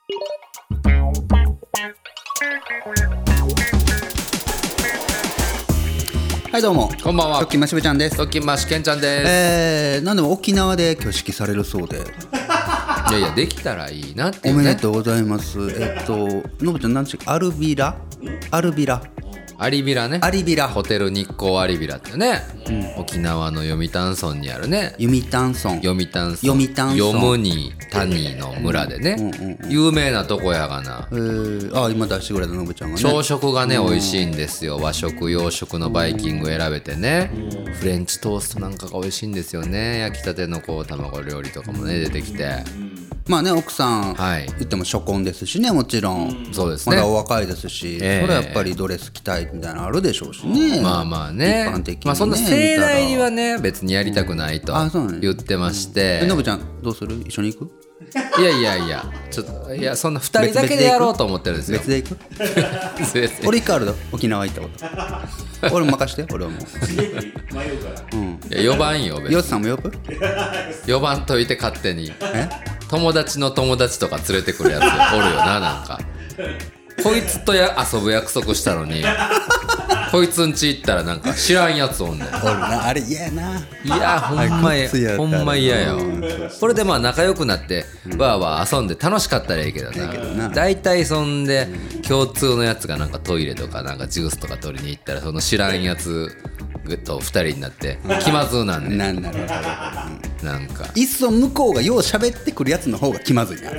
はいどうも、 こんばんは。 トッキンマシブちゃんです。 トッキンマシケンちゃんです。 なんでも沖縄で挙式されるそうで、 いやいや、できたらいいなっていうね。 おめでとうございます。のぶちゃんなんちゅう、アルビラアリビラね。 アリビラホテル日光アリビラってね、沖縄の読谷村にあるね。 読谷村読谷村。 読谷村読むに谷の村でね、有名なとこやがな。 今出してくれたのぶちゃんがね、 朝食がね美味しいんですよ。和食洋食のバイキング選べてね、フレンチトーストなんかが美味しいんですよね。焼きたてのこう卵料理とかもね出てきて、 まあね、奥さん、 はい言っても初婚ですしね、もちろん、 そうですね。 まだお若いですし、それはやっぱりドレス着たいみたいなのあるでしょうしね。 まあまあね、 一般的にね、 まあそんな盛大にはね別にやりたくないとそうなんや言ってまして、 のぶちゃんどうする？一緒に行く？ いやちょっといや、そんな2人だけでやろうと思ってるんですよ。 別で行く？ 別で俺一回あるだ、沖縄行ったこと俺も任して、俺はもういや呼ばんよ別に。 ヨッさんも呼ぶ？ 呼ばんといて勝手にえ？ 友達の友達とか連れてくるやつおるよな。なんかこいつと遊ぶ約束したのにこいつんち行ったらなんか知らんやつおんねん。 おるな、あれ嫌やな。 いやほんまや、ほんま嫌よ。これでまあ仲良くなってわーわー遊んで楽しかったらいいけどな。だいたいそんで共通のやつがなんかトイレとかなんかジュースとか取りに行ったら、その知らんやつと2人になって気まずうなんねん。 なんだろう、 なんかいっそ向こうがよう喋ってくるやつの方が気まずいな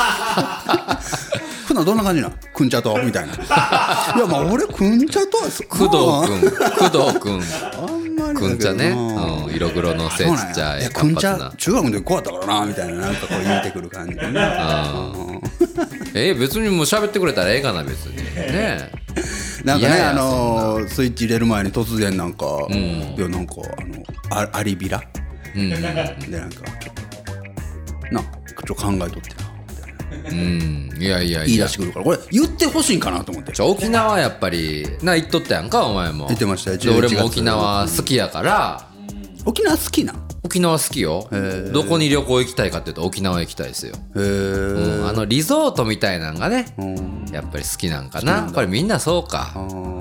普段どんな感じな？くんちゃとみたいな。いやまあ俺くんちゃとは工藤くんあんまりくんちゃね、色黒の背ちっちゃいくんち活発な。 ゃ中学の時こうやったからなみたいな、なんかこう言うてくる感じでね。 別にもう喋ってくれたらええかな別にね。 なんかね、 いやいやスイッチ入れる前に突然なんか、いやなんかアリビラ、でなんかちょっと考えとってな、 いや言い出してくるから、これ言ってほしいんかなと思って。 沖縄やっぱりな言っとったやんかお前も。 言ってましたよ。 で俺も沖縄好きやから。 沖縄好きな？ 沖縄好きよ。どこに旅行行きたいかっていうと沖縄行きたいですよ。リゾートみたいなんがね、やっぱり好きなんかな。これみんなそうか。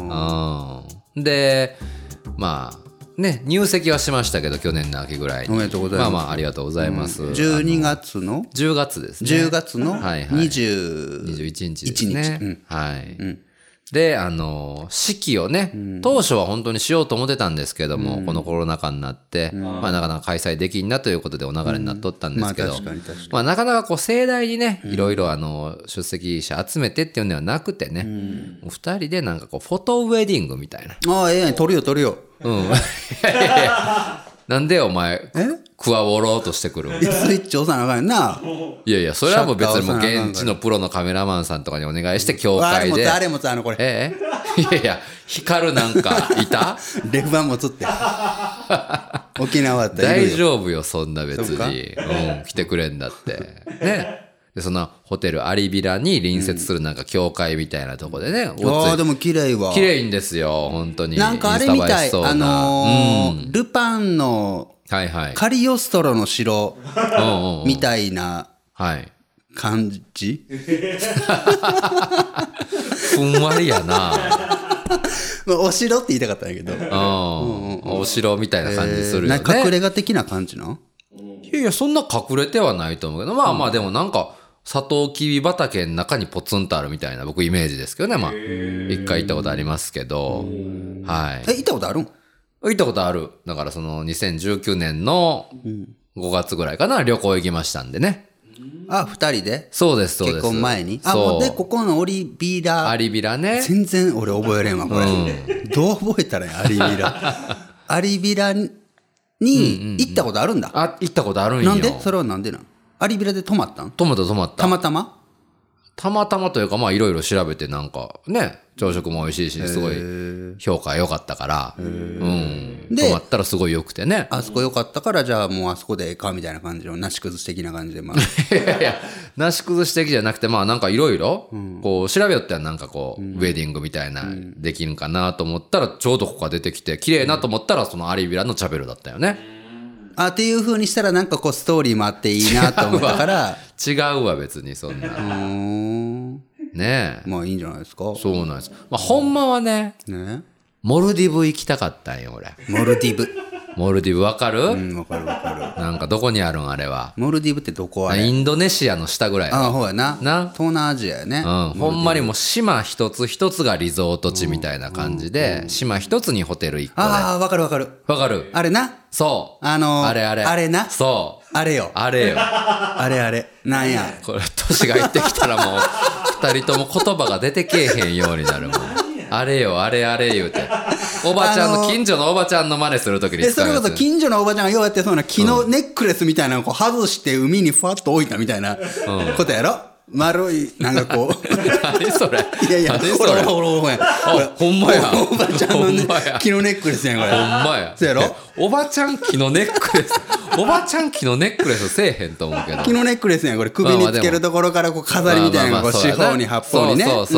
でまあね、入籍はしましたけど去年の秋ぐらいに。 おめでとうございます。 まあありがとうございます。 12月の 10月ですね。 10月の 21日ですね。はい。で式をね、当初は本当にしようと思ってたんですけども、このコロナ禍になって、まあなかなか開催できんなということでお流れになっとったんですけど、まあなかなかこう盛大にね、いろいろ出席者集めてっていうのではなくてね、2人でなんかこうフォトウェディングみたいな。 撮るよ撮るよ。 なんでお前加わろうとしてくる？ スイッチ押さなあかんな。 いやそれはもう別にもう現地のプロのカメラマンさんとかにお願いして教会で。 あれもつこれ。 いや光るなんかいた？ レフ板もつって沖縄って大丈夫よそんな別に。来てくれんだってね。でそのホテルアリビラに隣接するなんか教会みたいなとこでね、 でも綺麗わ。 綺麗んですよ本当に。 なんかあれみたい、ルパンのカリオストロの城みたいな感じ。 ふんわりやな。 お城って言いたかったんやけど、 お城みたいな感じするよね。 隠れ家的な感じな。 いやそんな隠れてはないと思うけど、まあまあでもなんかサトウキビ畑の中にポツンとあるみたいな僕イメージですけどね。まあ一回行ったことありますけど、はい。 行ったことあるん？ 行ったことある。だからその2019年の5月ぐらいかな、旅行行きましたんでね。 2人で？ そうですそうです。 結婚前に。でここのアリビラね。全然俺覚えれんわこれ。どう覚えたらいい？アリビラ。アリビラに行ったことあるんだ。 行ったことあるんよ。 なんで？それはなんでなん？アリビラで泊まったん？ 泊まった。 たまたま？ たまたまというかまあいろいろ調べてなんかね、朝食も美味しいしすごい評価良かったから、泊まったらすごい良くてね。 あそこ良かったからじゃあもうあそこでええかみたいな感じのなし崩し的な感じでまあ。 いやなし崩し的じゃなくてまあなんかいろいろこう調べよってはなんかこうウェディングみたいなできるかなと思ったらちょうどここが出てきて綺麗なと思ったらそのアリビラのチャペルだったよね。 っていう風にしたらなんかこうストーリーもあっていいなと思ったから。 違うわ、別にそんな。ねえ。 まあいいんじゃないですか。 そうなんです。まあほんまはね、モルディブ行きたかったんよ、俺。 モルディブ。 モルディブわかる？ わかるわかる。 なんかどこにあるんあれは。 モルディブってどこあれ？ インドネシアの下ぐらい。 ほうやな。東南アジアやね。 ほんまにもう島一つ一つがリゾート地みたいな感じで、島一つにホテル一個で。 わかるわかる。 わかる？ あれな。 そう。あれ。 あれな。 そう。 あれよ。 あれよ。 あれ。なんや。 これ、年がいってきたらもう、二人とも言葉が出てけえへんようになるもん。あれよ、あれ言うて。おばちゃんの、近所のおばちゃんの真似するときに使うやつ。 それこそ近所のおばちゃんがようやってそうな木のネックレスみたいなのをこう外して海にふわっと置いたみたいなことやろ、丸い、なんかこう。 何それ。 いや、ほら。 ほんまや。 おばちゃんのね、木のネックレスやん、これ。 ほんまや。 そうやろ。 おばちゃん木のネックレス。おばちゃん木のネックレスせえへんと思うけど。 木のネックレスやん、これ。首につけるところからこう飾りみたいなのが四方に八方にね。 そう。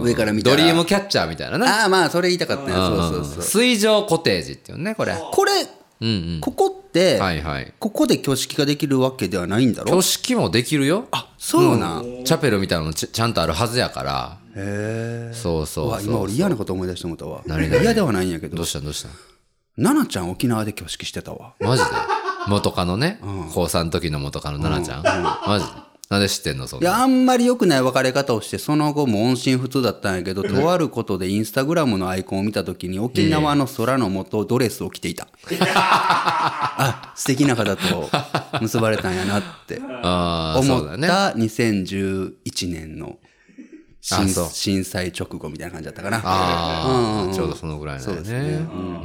上から見たら。 ドリームキャッチャーみたいなね。 まあ、それ言いたかったよ。そう。 水上コテージっていうね、これ。ここって、ここで挙式ができるわけではないんだろ？ 挙式もできるよ。 そうなん。 チャペルみたいなのちゃんとあるはずやから。 へえ。 そう。 今俺嫌なこと思い出して思ったわ。 何嫌ではないんやけど。 どうした奈々ちゃん沖縄で挙式してたわ。 マジで？元カノね。高3の時の元カノ奈々ちゃん。マジで？なんで知ってんのそんな。 いや、あんまり良くない別れ方をして、その後も音信不通だったんやけど、とあることでインスタグラムのアイコンを見たときに、沖縄の空の下、ドレスを着ていた。素敵な方と結ばれたんやなって思った2011年の震災直後みたいな感じだったかな。 ちょうどそのぐらいだよね。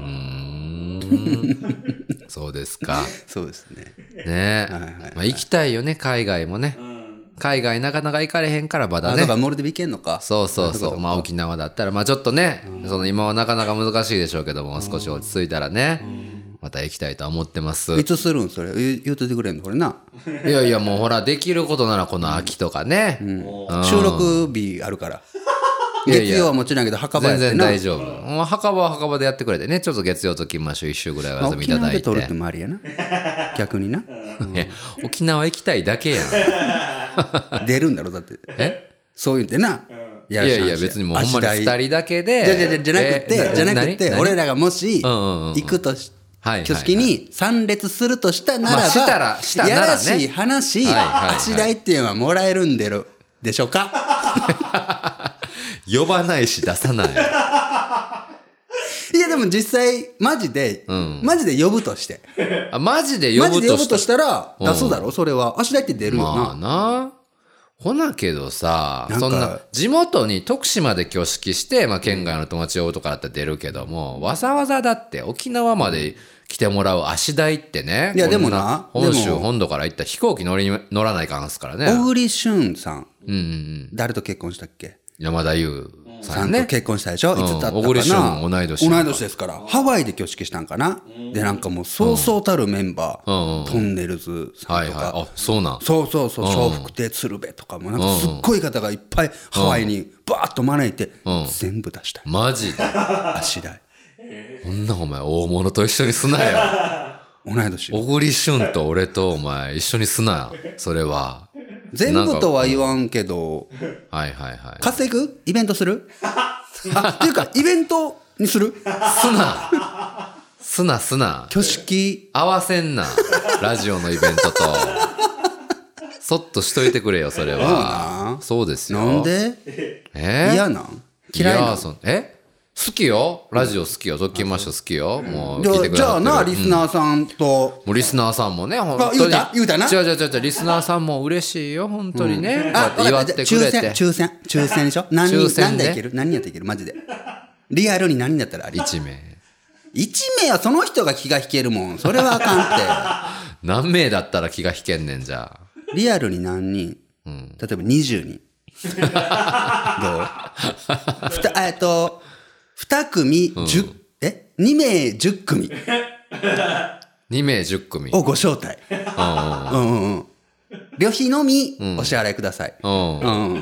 そうですか。 そうですね。 ねえ。行きたいよね、海外もね。海外なかなか行かれへんからまだね。 だからモルディブ行けんのか。 そう。まあ沖縄だったら、まあちょっとね、今はなかなか難しいでしょうけども、少し落ち着いたらね、また行きたいと思ってます。 いつするんそれ。言うといてくれんのこれな。 いや、もうほら、できることならこの秋とかね。 収録日あるから。月曜はもちろんやけど、墓場やってな。 全然大丈夫。墓場は墓場でやってくれてね。ちょっと月曜ときましょう。一週ぐらいお休みいただいて。 沖縄で撮るってもありやな。逆にな。 沖縄行きたいだけやん。出るんだろ、だって。そう言ってな。 いや別にもうほんまに二人だけで。 じゃなくて、俺らがもし行くとし、挙式に参列するとしたならば、やらしい話、足代っていうのはもらえるんでしょうか。 呼ばないし出さない。 いやでも実際マジで呼ぶとして。 マジで呼ぶとしたら出すだろそれは。足代って出るよな。 まあな。ほなけどさ、そんな地元に徳島で挙式して、まあ県外の友達呼ぶとかだったら出るけども、わざわざだって沖縄まで来てもらう足代ってね。 いやでもな。 本州本土から行ったら飛行機乗らないかんすからね。 小栗旬さん。誰と結婚したっけ？ 山田優さんね。 結婚したでしょ？いつだったかな。 小栗旬同い年。 同い年ですから。ハワイで挙式したんかな。で、なんかもうそうそうたるメンバー。トンネルズさんとか。 あ、そうなん。 そう。笑福亭鶴瓶とかも、なんかすっごい方がいっぱいハワイにバーッと招いて、全部出した。 マジで？ 足代。 こんなお前大物と一緒にすなよ。 同い年。 小栗旬と俺とお前一緒にすなよ。それは。 全部とは言わんけど、稼ぐ？イベントする？っていうか、イベントにする？ すな。 挙式。 合わせんな。ラジオのイベントと。そっとしといてくれよ、それは。そうですよ。 なんで？嫌なん？嫌いなん？ 好きよ。ラジオ好きよ。ドッキンマッシュ好きよ。もう聞いてくれ。 じゃあな、リスナーさんと。 もうリスナーさんもね、本当に。 言うたな。 違う。リスナーさんも嬉しいよ、本当にね。祝ってくれて。 抽選でしょ？何でいける？何やっていける？マジで。リアルに何だったらあり ？1名。 1名はその人が気が引けるもん。それはあかんって。 何名だったら気が引けんねん、じゃあ。 リアルに何人？例えば20人。どう？2組10、2名10組。 2名10組。 をご招待。旅費のみお支払いください。ど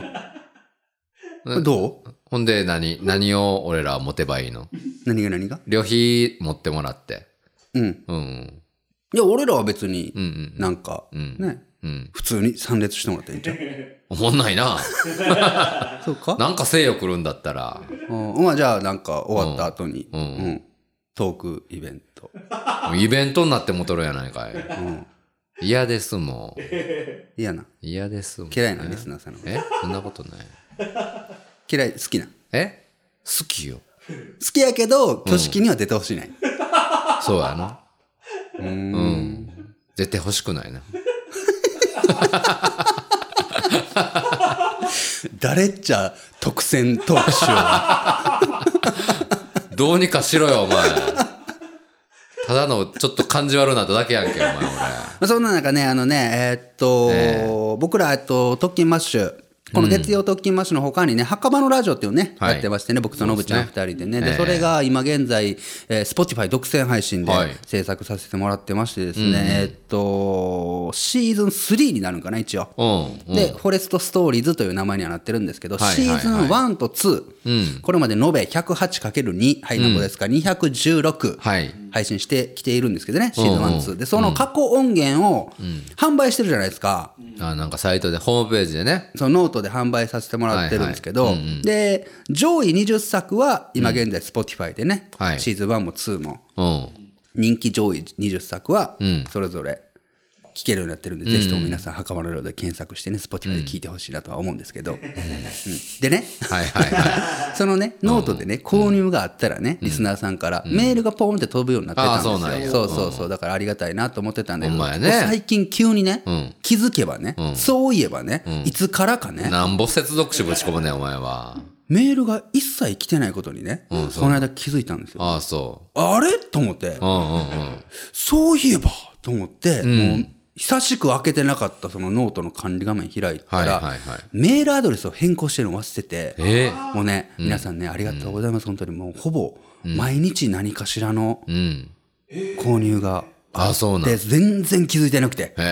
う？ ほんで何を俺らは持てばいいの？ 何が？ 旅費持ってもらって。 いや、俺らは別に、なんか、ね、普通に参列してもらっていいんじゃん。 おもんないな。 そうかなんかせいよ来るんだったら。 まあじゃあなんか終わった後に、トークイベント。 イベントになってもとるやないかい。嫌ですもん。 嫌な。 嫌ですもん。 嫌いなリスナーさんの。 そんなことない。 嫌い、好きな。 好きよ。 好きやけど、挙式には出てほしいない。 そうやな。絶対欲しくないな。 誰っちゃ特選トークショー。どうにかしろよ、お前。ただのちょっと感じ悪なっただけやんけ、お前、 俺。そんな中ね、僕ら、特勤マッシュ。この月曜特勤マッシュの他にね、墓場のラジオっていうね、やってましてね、僕とのぶちゃん二人でね。で、それが今現在、Spotify 独占配信で制作させてもらってましてですね、シーズン3になるんかな、一応。で、フォレストストーリーズという名前にはなってるんですけど、シーズン1と2、これまで延べ 108×2、はい、なんぼですか、216配信してきているんですけどね、シーズン1、2。で、その過去音源を販売してるじゃないですか。 なんかサイトで、ホームページでね。 そのノートで販売させてもらってるんですけど、で、上位20作は今現在 Spotify でね、シーズン1も2も、人気上位20作はそれぞれ聴けるようになってるんで、ぜひとも皆さん墓場のラジオで検索してね、Spotify で聴いてほしいなとは思うんですけど、でね、そのね、ノートでね、購入があったらね、リスナーさんからメールがポーンって飛ぶようになってたんですよ。そう、だからありがたいなと思ってたんだけど、最近急にね、気づけばね、そういえばね、いつからかね、 なんぼ接続詞ぶち込むね、お前は。 メールが一切来てないことにね、この間気づいたんですよ。あれと思って、そういえばと思って、もう久しく開けてなかったそのノートの管理画面開いたら、メールアドレスを変更してるの忘れてて、もうね、皆さんね、ありがとうございます。本当にもうほぼ毎日何かしらの購入があって全然気づいてなくて。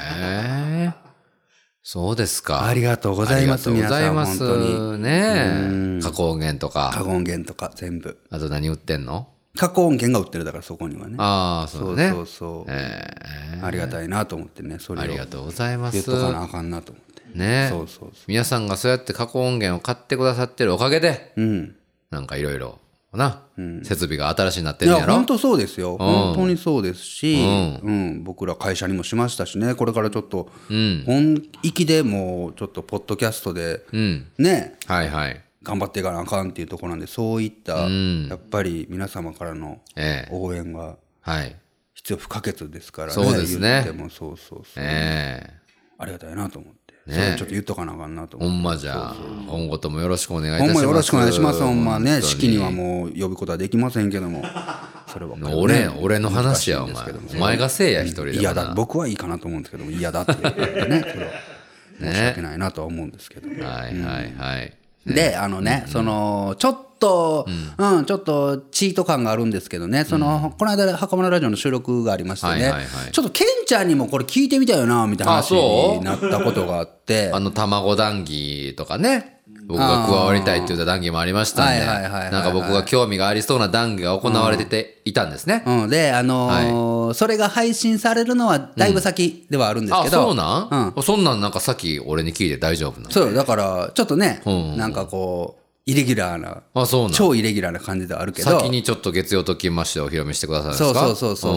そうですか。 ありがとうございます。皆さん本当にね。過去音源とか。 過去音源とか全部。 あと何売ってんの？ 過去音源が売ってるだからそこにはね。 そうね。 そう。ありがたいなと思ってね。それをありがとうございます。 言っとかなあかんなと思って。 ね。皆さんがそうやって過去音源を買ってくださってるおかげで、なんかいろいろ設備が新しいになってるんやろ。 いや本当そうですよ。本当にそうですし、僕ら会社にもしましたしね。これからちょっと本気でもうちょっとポッドキャストでね。頑張っていかなあかんっていうところなんで、そういったやっぱり皆様からの応援は必要不可欠ですからね。 そうですね。 言ってもそうありがたいなと思って。それちょっと言っとかなあかんなと思って。 ほんまじゃあ今後ともよろしくお願いいたします。 ほんまよろしくお願いします。ほんまね、式にはもう呼ぶことはできませんけども、それは俺の話やお前がせいや一人で。 嫌だ、僕はいいかなと思うんですけども、嫌だって言ってね、それは申し訳ないなとは思うんですけど。で、その、ちょっとチート感があるんですけどね、この間、袴田ラジオの収録がありましてね、ちょっとケンちゃんにもこれ聞いてみたよな、みたいな話になったことがあって、 卵談義とかね、僕が加わりたいって言った談義もありましたんで、なんか僕が興味がありそうな談義が行われてていたんですね。 で、それが配信されるのはだいぶ先ではあるんですけど。 そうなんそんなんなんかさっき俺に聞いて大丈夫なの？ そう、だから、ちょっとね、なんかこう、イレギュラーな、超イレギュラーな感じではあるけど。 先にちょっと月曜特勤マッシュでお披露目してくださるんですか？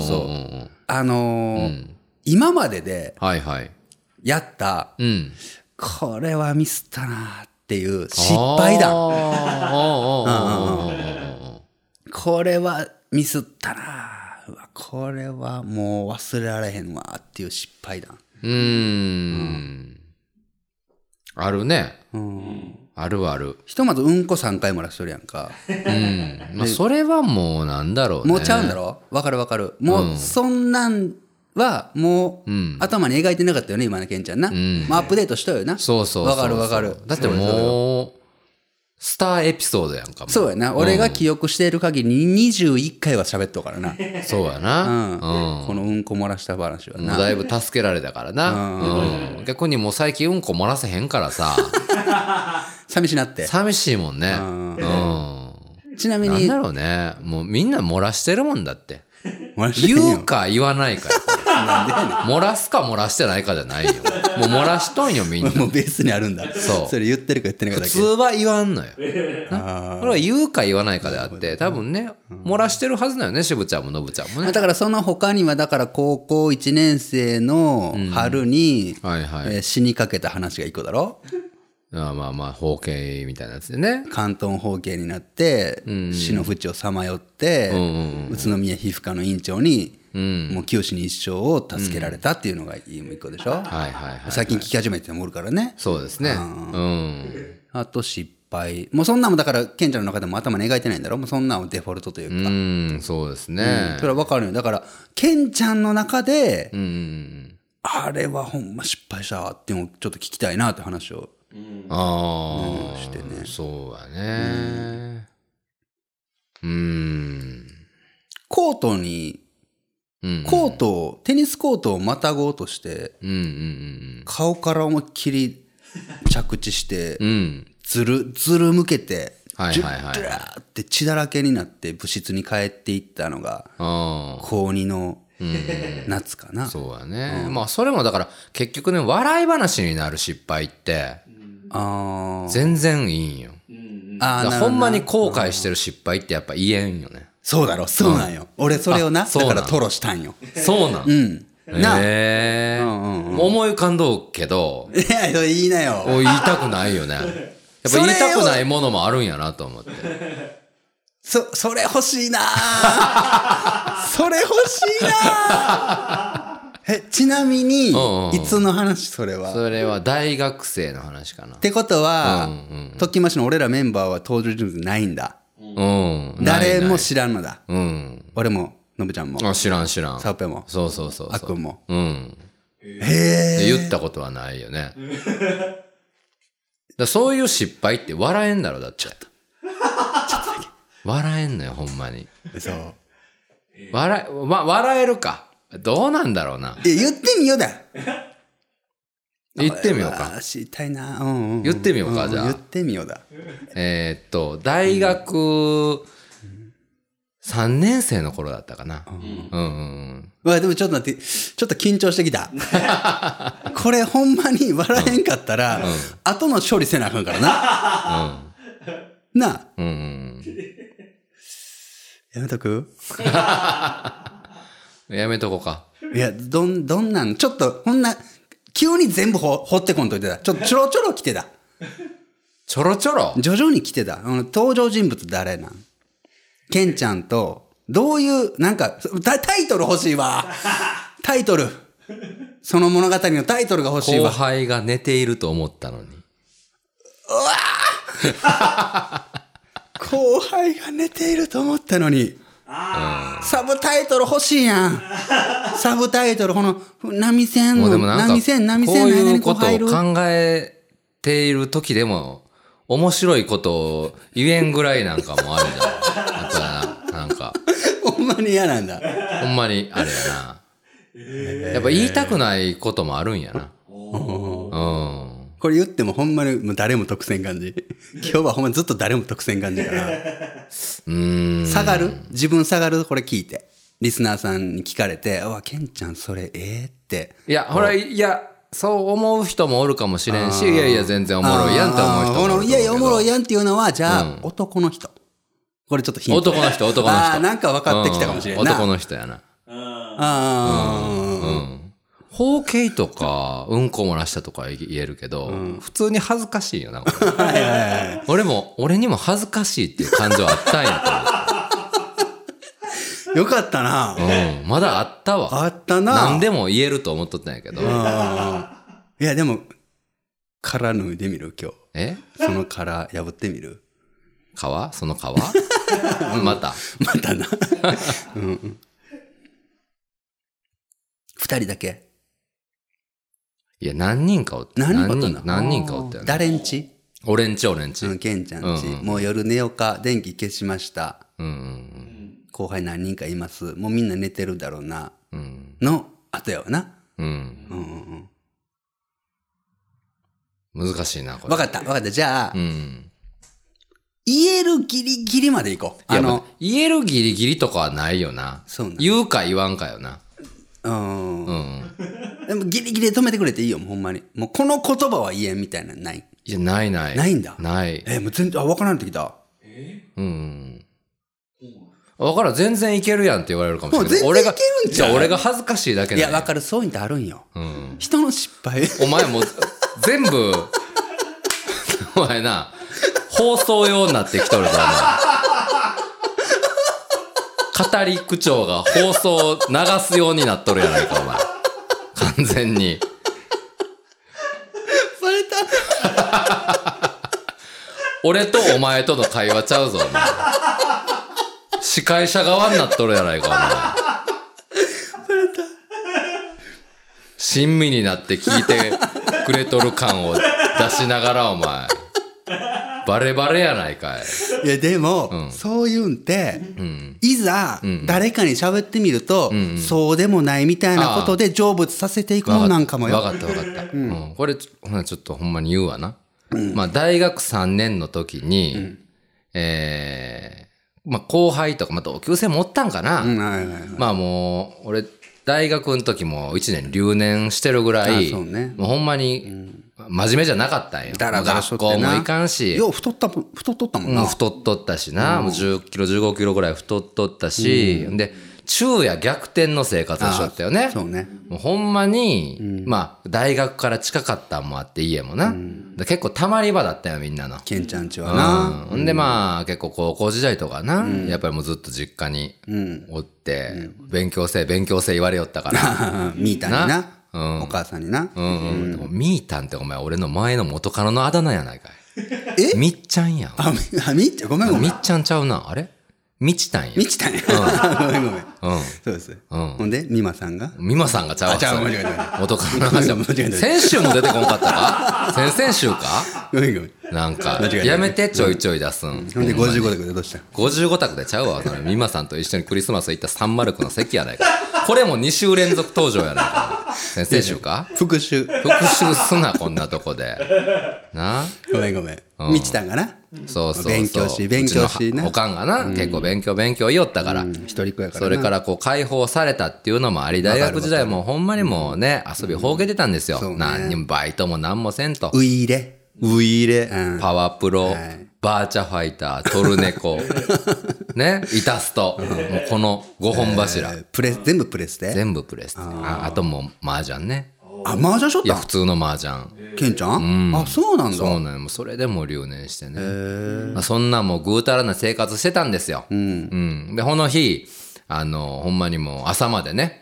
そう。今までで、やった、これはミスったなっていう失敗談。これはミスったな。これはもう忘れられへんわっていう失敗談。 あるね。あるある。 ひとまずうんこ3回漏らしとるやんか。 それはもうなんだろうね。 もうちゃうんだろ？わかる。もうそんなんはもう頭に描いてなかったよね、今のケンちゃんな。アップデートしたよな。 そう。 わかる。 だってもう、スターエピソードやんかも。 そうやな。俺が記憶している限り21回は喋っとうからな。 そうやな。 このうんこ漏らした話はな。 もうだいぶ助けられたからな。逆にもう最近うんこ漏らせへんからさ。 寂しなって。 寂しいもんね。 ちなみに。 なんだろうね。もうみんな漏らしてるもんだって。言うか言わないか。 なんでやねん。 漏らすか漏らしてないかじゃないよ。もう漏らしとんよ、みんな。 もうベースにあるんだ。 そう。 それ言ってるか言ってないかだけ。 普通は言わんのよ。これは言うか言わないかであって、多分ね、漏らしてるはずだよね、渋ちゃんもノブちゃんもね。 だからその他には、だから高校1年生の春に、死にかけた話が一個だろ。 まあ、包茎みたいなやつでね。 関東包茎になって、死の淵をさまよって、宇都宮皮膚科の院長に、もう九死に一生を助けられたっていうのが一個でしょ。最近聞き始めてもおるからね。 そうですね。 あと失敗。もうそんなんもだから、ケンちゃんの中でも頭に描いてないんだろ。もうそんなんをデフォルトというか。 そうですね。 それは分かるよ。だから、ケンちゃんの中で、あれはほんま失敗したっていうのをちょっと聞きたいなって話を。してね。 そうやね。 コートに、テニスコートをまたごうとして、顔から思いっきり着地して、ずる向けて、ジューって血だらけになって部室に帰っていったのが、高2の夏かな。 そうやね。まあそれもだから結局ね、笑い話になる失敗って、全然いいんよ。ほんまに後悔してる失敗ってやっぱ言えんよね。 そうだろ、そうなんよ。俺それをな、だから吐露したんよ。 そうなん。思い浮かんどうけど。 いや、言いなよ。 言いたくないよね。やっぱ言いたくないものもあるんやなと思って。 それ欲しいなそれ欲しいなちなみに、いつの話それは？ それは大学生の話かな。 ってことは、ときましの俺らメンバーは登場人物ないんだ。誰も知らんのだ。俺も、のぶちゃんも。 知らん。 サウペも。 そう。 あっくんも。 言ったことはないよね。そういう失敗って笑えんだろ、だって。ちょっとだけ。笑えんのよ、ほんまに。 そう。 笑えるか。どうなんだろうな。 言ってみようだ。 言ってみようか。 知りたいな。 言ってみようか、じゃあ。 言ってみようだ。 大学3年生の頃だったかな。 でもちょっと待って、ちょっと緊張してきた。これほんまに笑えんかったら、後の処理せなあかんからな。なあ。やめとく？ やめとこうか。 いや、どんなん、ちょっと、急に全部掘ってこんといてた。ちょろちょろ来てた。 ちょろちょろ？ 徐々に来てた。登場人物誰なん？ケンちゃんと、どういう、なんか、タイトル欲しいわ。タイトル。その物語のタイトルが欲しいわ。 後輩が寝ていると思ったのに。 後輩が寝ていると思ったのに。サブタイトル欲しいやん。サブタイトル、波線の、波線の間にこう入る。 こういうことを考えている時でも、面白いことを言えんぐらいなんかもあるじゃん。なんか。 ほんまに嫌なんだ。 ほんまにあれやな。やっぱ言いたくないこともあるんやな。 これ言ってもほんまにもう誰も得せん感じ。今日はほんまにずっと誰も得せん感じから。下がる？自分下がる？これ聞いて。リスナーさんに聞かれて、ケンちゃんそれって。 いや、そう思う人もおるかもしれんし、いや全然おもろいやんって思う人もおる。 いやおもろいやんっていうのは、じゃあ、男の人。これちょっとヒント。 男の人。 なんか分かってきたかもしれんな。 男の人やな。包茎とか、うんこ漏らしたとか言えるけど、普通に恥ずかしいよな。俺にも恥ずかしいっていう感情あったんやと。よかったな。 まだあったわ。 あったな。 何でも言えると思っとったんやけど。 いや、でも、殻脱いでみる今日。その殻破ってみる？ その皮またな。2人だけ。 いや、何人かおって。何人かおったよね。 誰んち？ 俺んち。 ケンちゃんち。もう夜寝ようか、電気消しました。後輩何人かいます。もうみんな寝てるだろうな。の後やわな。 難しいな、これ。 わかった。じゃあ、言えるギリギリまでいこう。 言えるギリギリとかはないよな。言うか言わんかよな。 でもギリギリで止めてくれていいよ、ほんまに。もうこの言葉は言えんみたいなのない？ いや、ない。 ないんだ。 ない。 もう全然、わからんってきた。 わからん、全然いけるやんって言われるかもしれない。 全然いけるんちゃう？ 俺が恥ずかしいだけだ。 いや、わかる、そういうのってあるんよ。人の失敗。 お前もう、全部、お前な、放送用になってきとるぞ、お前。語り口調が放送流すようになっとるやないか、お前。完全に。 バレた。 俺とお前との会話ちゃうぞ、お前。司会者側になっとるやないか、お前。親身になって聞いてくれとる感を出しながら、お前。バレバレやないかい。 いや、でも、そういうんって、いざ、誰かに喋ってみると、そうでもないみたいなことで成仏させていくもんなんかもよ。 わかった。これ、ちょっとほんまに言うわな。まあ、大学3年の時に、まあ、後輩とか、まあ、同級生もおったんかな。まあ、もう、俺、大学の時も1年留年してるぐらい、もうほんまに、真面目じゃなかったんよ。学校も行かんし。 よう太っとったもんな。 太っとったしな。もう10キロ、15キロぐらい太っとったし、で、昼夜逆転の生活をしとったよね。 そうね。 もうほんまに、まあ、大学から近かったんもあって、家もな。結構たまり場だったよ、みんなの。 ケンちゃんちはな。 んでまあ、結構高校時代とかな、やっぱりもうずっと実家におって、勉強せ言われよったから。 みーたんにな。お母さんにな。 みーたんってお前俺の前の元カノのあだ名やないかい。みっちゃんやん。 みっちゃん、ごめん。 みっちゃんちゃうな。あれみちたんや。 みちたんや。ごめん。そうです。ほんで、みまさんがちゃうわ。 間違えた。 元カノの話。先週も出てこんかったか？先々週か？ ごめん。 なんか、やめてちょいちょい出すん。 ほんで55択でどうした？ 55 択でちゃうわ。みまさんと一緒にクリスマス行ったサンマルクの席やないか。これも2週連続登場やないか。先々週か？ 復習すな、こんなとこで。な？ ごめん。みちたんがな。 そう。 勉強しな。 おかんがな、結構勉強言いよったから。 一人っ子やからな。 それからこう解放されたっていうのもあり、大学時代もほんまにもうね、遊びほうけてたんですよ。何にもバイトも何もせんと。 ウイイレ、 パワープロ、バーチャファイター、トルネコ、ね、イタスト、もうこの5本柱。 全部プレスで？ 全部プレスで。あともう麻雀ね。 麻雀しょった？ いや、普通の麻雀。 ケンちゃん？あ、そうなんだ。 そうなんよ。それでもう留年してね。まあ、そんなもうぐうたらな生活してたんですよ。で、この日、ほんまにもう朝までね、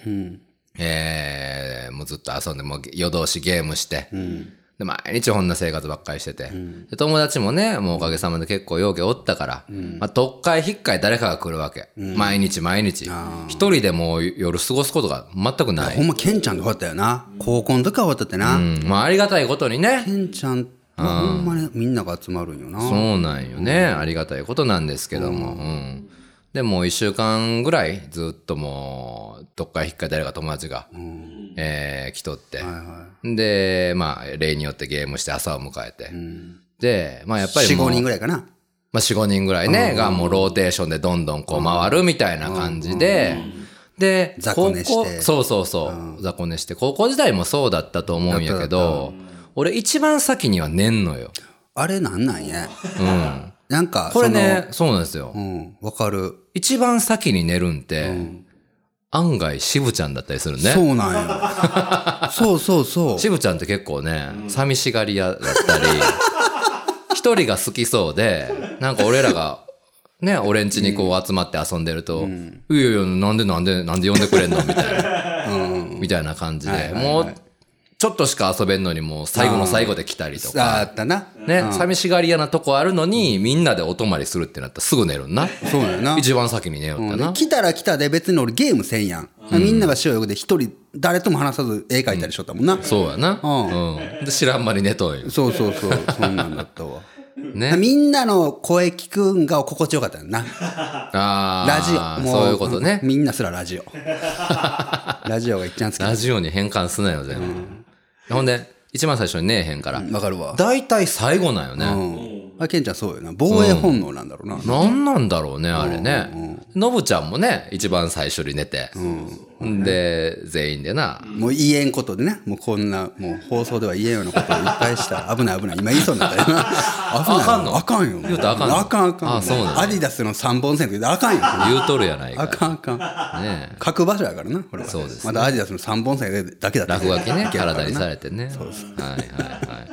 もうずっと遊んで、もう夜通しゲームして、で、毎日こんな生活ばっかりしてて。で、友達もね、もうおかげさまで結構陽気おったから、まあ、特会引っかい誰かが来るわけ。毎日。一人でもう夜過ごすことが全くない。 ほんまケンちゃんとこだったよな。高校の時は終わったってな。 まあありがたいことにね。 ケンちゃんはほんまにみんなが集まるんよな。 そうなんよね。ありがたいことなんですけども。でも1週間ぐらいずっともう、どっか引っかい誰か友達が、来とって。で、まあ、例によってゲームして朝を迎えて。で、まあやっぱり 4、5人ぐらいかな。 まあ4、5人ぐらいね、がもうローテーションでどんどんこう回るみたいな感じで、で、 雑魚寝して。 そう。雑魚寝して。高校時代もそうだったと思うんやけど、俺一番先には寝んのよ。 あれなんや。なんか、 これね、そうなんですよ。 わかる。 一番先に寝るんって、案外渋ちゃんだったりするね。 そうなんよ。そう。 渋ちゃんって結構ね、寂しがり屋だったり、一人が好きそうで、なんか俺らが、ね、俺ん家にこう集まって遊んでると、いや、なんで呼んでくれんのみたいな。みたいな感じで、もう、ちょっとしか遊べんのにもう最後の最後で来たりとか。 あったな。 ね、寂しがり屋なとこあるのに、みんなでお泊まりするってなったらすぐ寝るんな。 そうやな。 一番先に寝よったな。 来たら来たで別に俺ゲームせんやん。みんなが塩よで一人誰とも話さず絵描いたりしとったもんな。 そうやな。で、知らん間に寝とんよ。 そう。そんなんだったわ。 ね。 みんなの声聞くんが心地よかったよな。ラジオ。 もうそういうことね。 みんなすらラジオ。ラジオが一番好き。 ラジオに変換すなよ、全部。ほんで、一番最初に寝えへんから。 わかるわ。 だいたい最後なんよね。 ケンちゃんそうよな。防衛本能なんだろうな。 なんなんだろうね、あれね。ノブちゃんもね、一番最初に寝て。で、全員でな。 もう言えんことでね。もうこんな、もう放送では言えんようなことをいっぱいした。危ない危ない。今言いそうになったよな。危ない。 あかんの？ あかんよ。 言うとあかんの？ あかんあかん。 あ、そうなんだ。 アディダスの3本線って言うとあかんよ。 言うとるやないか。 あかんあかん。 ね書く場所やからな、これは。 そうですね。 まだアディダスの3本線だけだった。 落書きね、体にされてね。そうです。はいはいはい。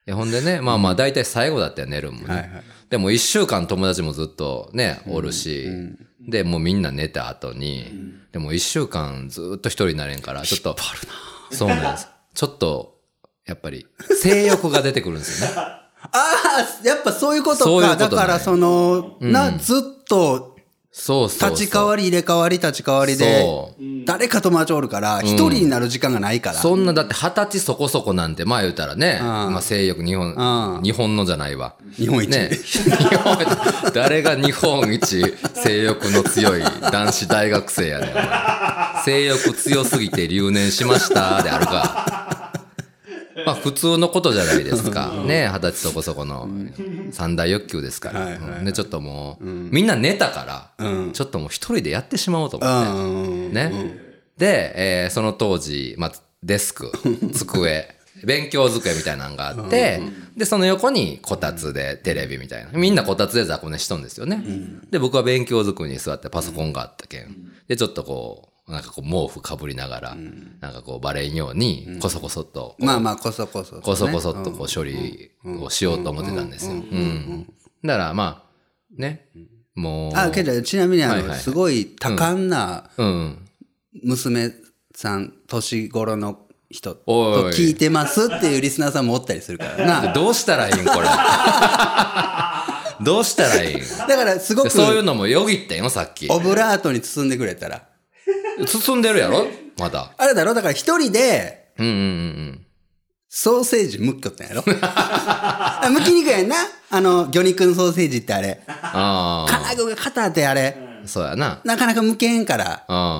ほんでね、まあまあ大体最後だったよ、寝るもんね。はいはい。でも1週間友達もずっとね、おるし、で、もうみんな寝た後に、でも1週間ずっと一人になれんから、ちょっと、そうなんです。ちょっと、やっぱり、性欲が出てくるんですよね。 ああ、やっぱそういうことか。そういうことね、だからずっと、 そうそうそう。 立ち替わり入れ替わり立ち替わりで、誰か友達おるから、一人になる時間がないから。 そんな、だって20歳そこそこなんて、まあ言うたらね、まあ性欲日本のじゃないわ。 日本一。 ね。誰が日本一性欲の強い男子大学生やねん。性欲強すぎて留年しましたであるか。まあ普通のことじゃないですか。ね、20歳そこそこの三大欲求ですから。で、ちょっともう、みんな寝たから、ちょっともう一人でやってしまおうと思って。ね。で、その当時、まあ、デスク、机、勉強机みたいなのがあって、で、その横にこたつでテレビみたいな。みんなこたつで雑魚寝しとんですよね。で、僕は勉強机に座ってパソコンがあったけん。で、ちょっとこう、なんかこう毛布かぶりながら、なんかこうバレんように、こそこそっと。 まあまあ、こそこそ。 こそこそっとこう処理をしようと思ってたんですよ。だからまあ、ね、もう。 ケンちゃん、ちなみにすごい多感な娘さん、年頃の人と聞いてますっていうリスナーさんもおったりするからな。 どうしたらいいんこれ。どうしたらいいんだからすごく。 そういうのもよぎってんよ、さっき。 オブラートに包んでくれたら。 包んでるやろまだ。 あれだろだから一人で、ソーセージむっきょったんやろむき肉やんな魚肉のソーセージってあれ。金具が硬ってあれ。 そうやな。 なかなかむけんから。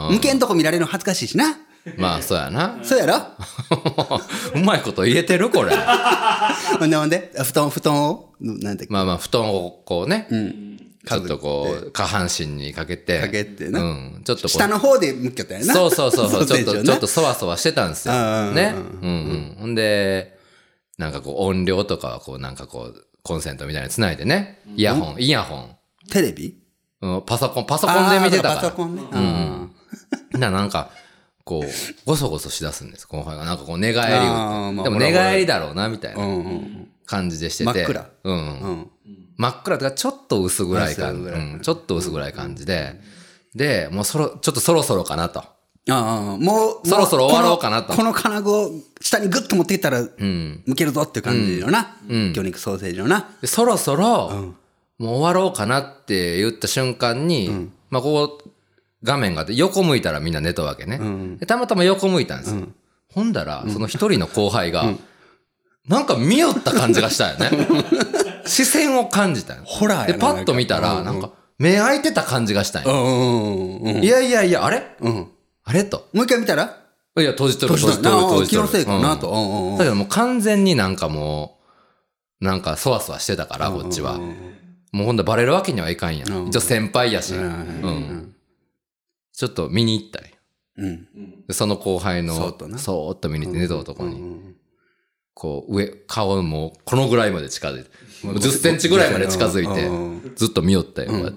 むけんとこ見られるの恥ずかしいしな。 まあ、そうやな。 そうやろうまいこと言えてるこれ。 ほんで布団をなんてまあまあ、布団をこうね。ちょっとこう、下半身にかけて。 かけてな。 ちょっとこう。 下の方でむっきょったんやな。 そう。ちょっとそわそわしてたんですよ。ね。ほんで、なんかこう、音量とかはこう、なんかこう、コンセントみたいに繋いでね。イヤホン。 テレビパソコンで見てたから。 パソコンね。 なんか、こう、ごそごそしだすんです、後輩が。なんかこう、寝返りを。でも寝返りだろうな、みたいな感じでしてて。 真っ暗。 真っ暗とか、ちょっと薄暗い感じ。ちょっと薄暗い感じで。で、もうちょっとそろそろかなと。 もう、 そろそろ終わろうかなと。 この金具を下にグッと持っていったら、むけるぞっていう感じのな。魚肉ソーセージのな。 そろそろ、もう終わろうかなって言った瞬間に、まあ、こう、画面があって横向いたらみんな寝たわけね。たまたま横向いたんですよ。ほんだら、その一人の後輩が、なんか見よった感じがしたよね。視線を感じたよ。 ホラーやで、パッと見たら、なんか、目開いてた感じがしたんよ。いや、あれあれと。 もう一回見たらいや、閉じとる。 気のせいかなと。 だけどもう完全になんかもう、なんかそわそわしてたから、こっちは。もうほんとバレるわけにはいかんやん。一応先輩やし。ちょっと見に行ったり。その後輩の、そーっと見に行って寝た男に。こう、顔もこのぐらいまで近づいて。10センチぐらいまで近づいて、ずっと見よったよ、こうやって。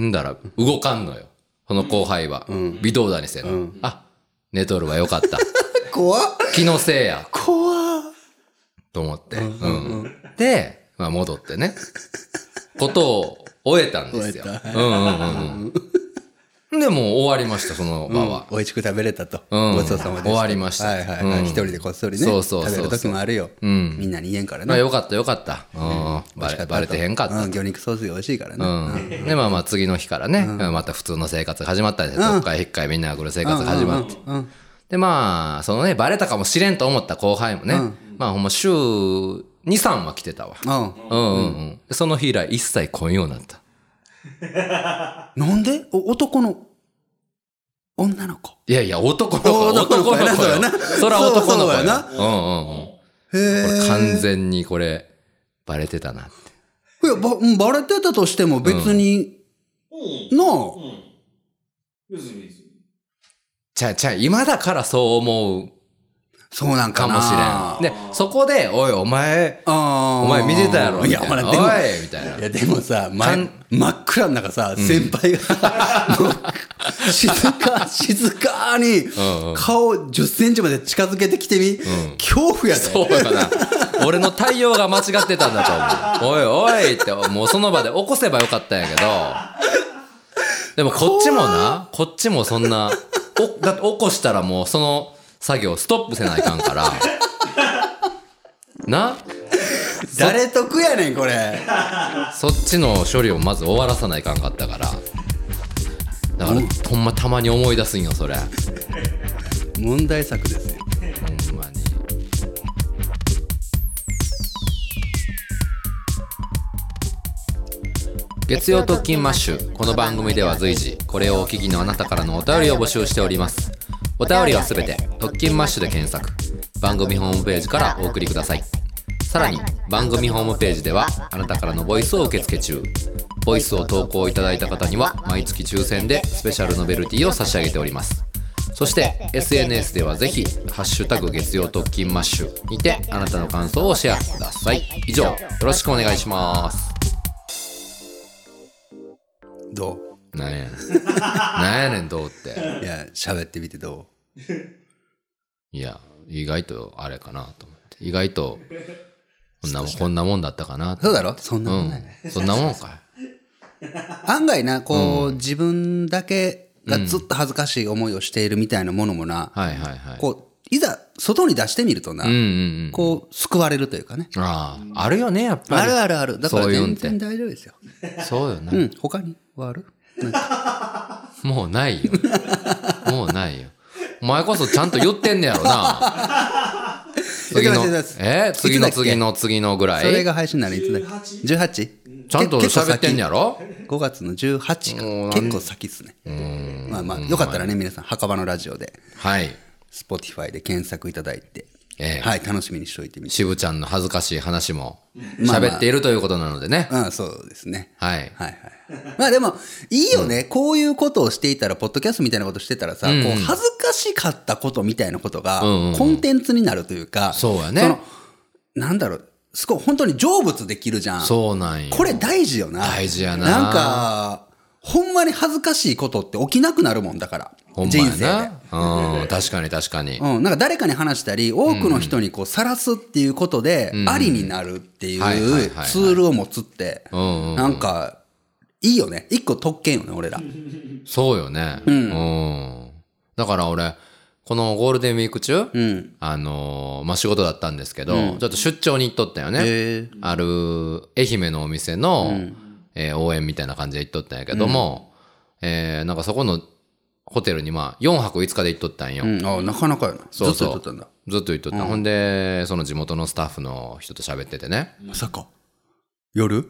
んだら、動かんのよ。その後輩は。微動だにせん。あ、寝とるわよかった。 怖っ。 気のせいや。 怖っ。 と思って。で、まあ戻ってね。ことを終えたんですよ。で、もう終わりました、その場は。 美味しく食べれたと。ごちそうさまでした。 終わりました。 一人でこっそりね。食べる時もあるよ。みんなに言えんからね。 よかった。バレてへんかった。 魚肉ソース美味しいからね。 で、まあ次の日からね、また普通の生活が始まったんですよ。どっかへっかいみんなが来る生活が始まって。で、まあ、そのね、バレたかもしれんと思った後輩もね、まあほんま週2、3は来てたわ。その日以来一切来んようになった。 なんで男の女の子。 いや、男の子よ。そら男の子やな。これ完全にこれ、 バレてたなって。 いや、バレてたとしても別に、なあ。 別に。 今だからそう思う。 そうなんかもしれん。で、そこで、お前見てたやろ。 いや、ほら、でも、 おいみたいな。 いや、でもさ、真っ暗の中さ、先輩が、静かに、顔10センチまで近づけてきてみ、恐怖やで。 そうやな。俺の対応が間違ってたんだと思う。おいって、もうその場で起こせばよかったんやけど、でもこっちもそんな、だって起こしたらもうその作業ストップせないかんから。な？ 誰得やねん、これ。 そっちの処理をまず終わらさないかんかったから。だから、ほんまたまに思い出すんよ、それ。 問題作ですよ。 ほんまに。月曜特勤マッシュ。この番組では随時これをお聞きのあなたからのお便りを募集しております。お便りはすべて特勤マッシュで検索、番組ホームページからお送りください。さらに番組ホームページではあなたからのボイスを受付中。ボイスを投稿いただいた方には毎月抽選でスペシャルノベルティを差し上げております。そして SNS ではぜひハッシュタグ月曜特勤マッシュにてあなたの感想をシェアください。以上、よろしくお願いします。 どう？なんやねんどうって。 いや、喋ってみてどう？ いや、意外とあれかなと思って。意外とこんなもんだったかな。 そうだろ？そんなもんね。 そんなもんかい。 案外な、自分だけがずっと恥ずかしい思いをしているみたいなものもな、いざ外に出してみるとな、救われるというかね。 あるよね、やっぱり。 ある。だから全然大丈夫ですよ。 そうよね。 他にはある？ もうないよ。お前こそちゃんと言ってんねやろな。次のぐらい。 それが配信ならいつだっけ？ 18？ ちゃんと喋ってんねやろ？ 5月の18か。結構先っすね。まあ、よかったらね、皆さん、墓場のラジオで。 はい。 Spotify で検索いただいて。はい、楽しみにしておいてみて。 渋ちゃんの恥ずかしい話も喋っているということなのでね。 そうですね。 はい。 まあでも、いいよね。こういうことをしていたら、ポッドキャストみたいなことしてたらさ、恥ずかしかったことみたいなことが、コンテンツになるというか、 そうやね。 なんだろう、すごい本当に成仏できるじゃん。 そうなんよ。 これ大事よな。 大事やな。 なんか、ほんまに恥ずかしいことって起きなくなるもんだから。人生で。 確かに。 なんか誰かに話したり、多くの人に晒すっていうことで、ありになるっていうツールを持つって、なんか、いいよね。一個特権よね、俺ら。 そうよね。だから俺、このゴールデンウィーク中、仕事だったんですけど、ちょっと出張に行っとったよね。ある愛媛のお店の、応援みたいな感じで行っとったんやけども、なんかそこのホテルに4泊5日で行っとったんよ。 なかなかやな。 そうそう。 ずっと行っとったんだ。 ずっと行っとった。ほんで、その地元のスタッフの人と喋っててね。 まさか。夜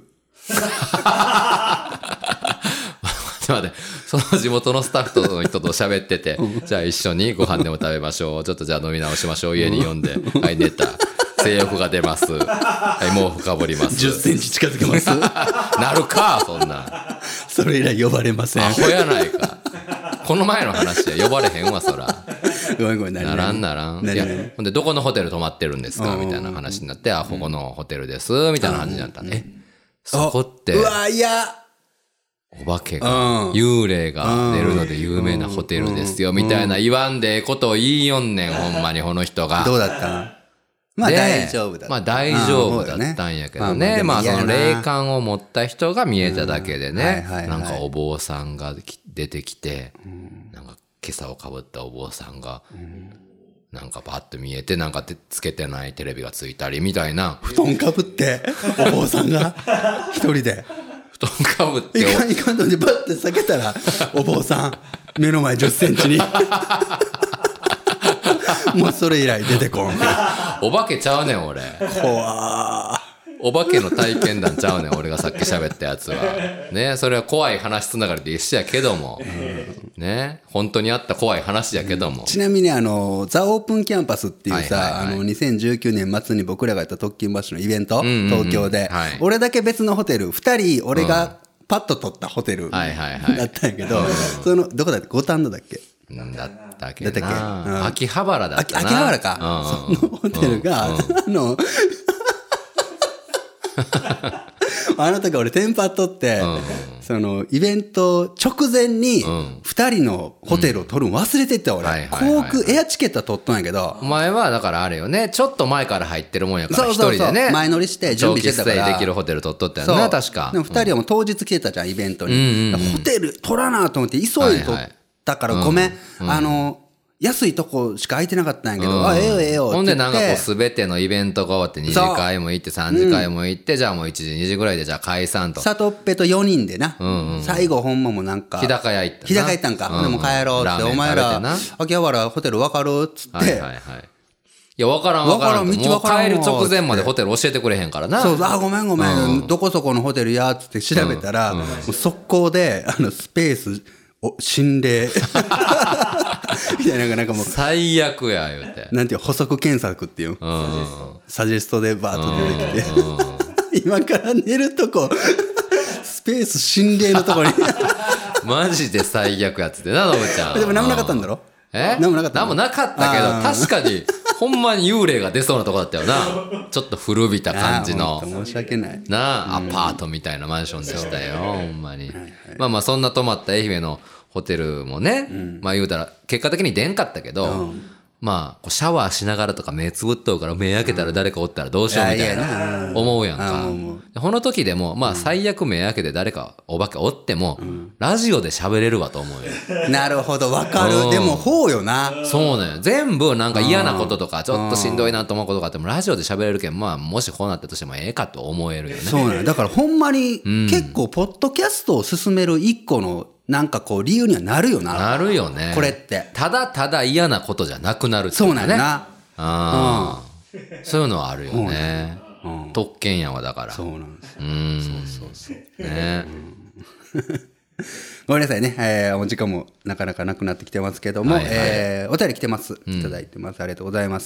待って、その地元のスタッフの人と喋ってて、じゃあ一緒にご飯でも食べましょう。ちょっとじゃあ飲み直しましょう。家に呼んで。はい、寝た。性欲が出ます。はい、もう深掘ります。 10センチ近づけます。 なるか、そんな。 それ以来呼ばれません。 アホやないか。この前の話や呼ばれへんわ、そら。 ごめん、ならん。いや、ほんで、どこのホテル泊まってるんですかみたいな話になって、ここのホテルです。みたいな感じになったね。そこって、 うわ、いや。 お化けが、幽霊が出るので有名なホテルですよ、みたいな言わんでことを言いよんねん、ほんまにこの人が。 どうだった大丈夫だった。 大丈夫だったんやけどね。その霊感を持った人が見えただけでね。なんかお坊さんが出てきて、なんか今朝をかぶったお坊さんが、なんかパッと見えて、なんかつけてないテレビがついたりみたいな。 布団かぶって、お坊さんが一人で。 布団かぶって。 いかんのにバッて避けたら、お坊さん、目の前10センチに。もうそれ以来出てこん。 お化けちゃうねん、俺。 怖お化けの体験談ちゃうねん、俺がさっき喋ったやつは。ね、それは怖い話つながりで一緒やけども。ね、本当にあった怖い話やけども。 ちなみにザ・オープンキャンパスっていうさ、 はいはいはい 2019年末に僕らがやった特勤マッシュのイベント、東京で、 はい俺だけ別のホテル、2人俺がパッと取ったホテルだはいはいはいったんやけど、どこだっけ、五反田だっけ、 なんだったっけだったっけな。秋葉原だったな。 秋葉原か、そのホテルが、あの時俺テンパっとって、そのイベント直前に2人のホテルを取るの忘れてった俺、航空エアチケットは取っとんやけど、 お前はだからあれよね、ちょっと前から入ってるもんやから一人でね、 前乗りして準備してたから長期ステイできるホテル取っとったよな、確か。 でも2人はもう当日来てたじゃん、イベントに、ホテル取らなと思って急いで取ったから、ごめん、安いとこしか空いてなかったんやけど、ええよええよって言って。 ほんでなんかこうすべてのイベントが終わって2次会も行って3次会も行って、じゃあもう1時2時ぐらいでじゃあ解散と。 里っぺと4人でな、最後ほんまもなんか日高屋行ったな。 日高屋行ったんか、でも帰ろうって、お前ら秋葉原ホテル分かるっつって、 はいはいはい。いや、分からん。 道分からんもう帰る直前までホテル教えてくれへんからな。 そう、ごめん、どこそこのホテルやっつって調べたら、もう速攻でスペース心霊みたいな、なんかもう最悪や言うて、 なんていう補足検索っていう、サジェストでバーッと出てきて、今から寝るとこスペース心霊のとこにマジで最悪やつってな、ノブちゃん。 でも何もなかったんだろ。何もなかった。 何もなかったけど、確かにほんまに幽霊が出そうなとこだったよな。ちょっと古びた感じの申し訳ないな、アパートみたいなマンションでしたよ、ほんまに。まあまあそんな泊まった愛媛のホテルもね、まあ言うたら結果的に出んかったけど、まあこうシャワーしながらとか目つぶっとうから目開けたら誰かおったらどうしようみたいな思うやんか。この時でもまあ最悪目開けて誰かお化けおってもラジオで喋れるわと思うよ。 なるほど、わかる。でもほうよな。 そうね、全部なんか嫌なこととかちょっとしんどいなと思うことがあってもラジオで喋れるけん、まあもしこうなったとしてもええかと思えるよね。 そうね、だからほんまに結構ポッドキャストを進める一個のなんかこう理由にはなるよな。 なるよね。 これってただただ嫌なことじゃなくなるっていうそうかね。 なんやな。 そういうのはあるよね。特権やわ、だから。 そうなんです。 そう。ね。 ごめんなさいね。お時間もなかなかなくなってきてますけども、お便り来てます。いただいてます。ありがとうございます。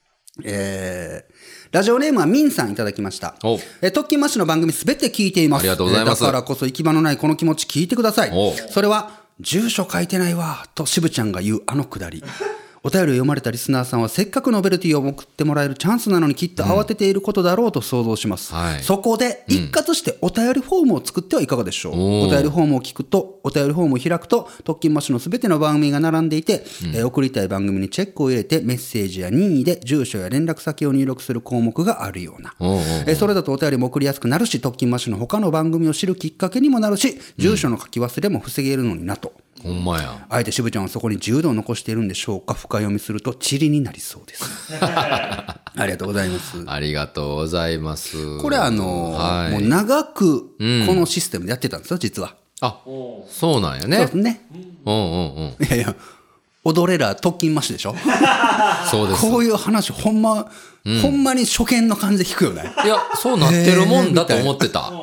ラジオネームはミンさんいただきました。特勤マッシュの番組すべて聞いています。 ありがとうございます。 だからこそ行き場のないこの気持ち聞いてください。それは住所書いてないわと渋ちゃんが言うあのくだり。お便りを読まれたリスナーさんはせっかくノベルティを送ってもらえるチャンスなのにきっと慌てていることだろうと想像します、そこで一括してお便りフォームを作ってはいかがでしょう。お便りフォームを聞くと、お便りフォームを開くと特勤マッシュのすべての番組が並んでいて、送りたい番組にチェックを入れてメッセージや任意で住所や連絡先を入力する項目があるような、それだとお便りも送りやすくなるし、特勤マッシュの他の番組を知るきっかけにもなるし、住所の書き忘れも防げるのになと。 ほんまや。 あえて渋ちゃんはそこに10度を残しているんでしょうか。深読みすると塵になりそうですありがとうございます。 ありがとうございます。 これもう長くこのシステムでやってたんですよ、実は。 あ、そうなんやね。 そうですね。いやいや、踊れら特勤マッシュでしょそうです。 こういう話ほんまに初見の感じで聞くよね。 いや、そうなってるもんだと思ってた。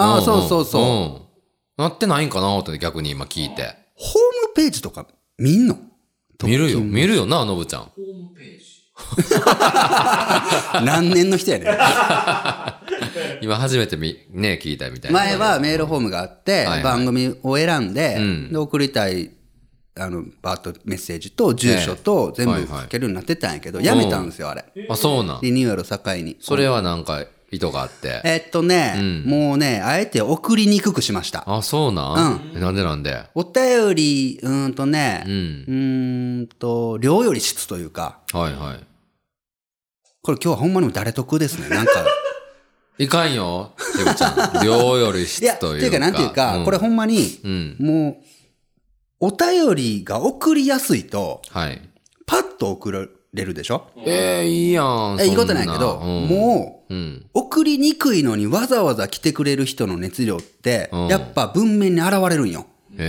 そうなってないんかなって逆に今聞いて。 ホームページとか見んの？ 見るよな、のぶちゃん。ホームページ何年の人やねん今初めて聞いたみたいな。前はメールフォームがあって、番組を選んで、で送りたいバーッとメッセージと住所と全部書けるようになってたんやけど、やめたんですよ、あれ。 あ、そうなん。 リニューアル境に。 それはなんか意図があって。 もうね、あえて送りにくくしました。 あ、そうなん。なんでお便り、量より質というか。 はいはい。 これ今日はほんまに誰得ですね。なんか。 いかんよ、しぶちゃん。量より質というか。 いや、ていうかなんていうか、これほんまに、もう、お便りが送りやすいと、パッと送れるでしょ？ いいやん。 いいことないけど、もう、送りにくいのにわざわざ来てくれる人の熱量って、やっぱ文面に現れるんよ。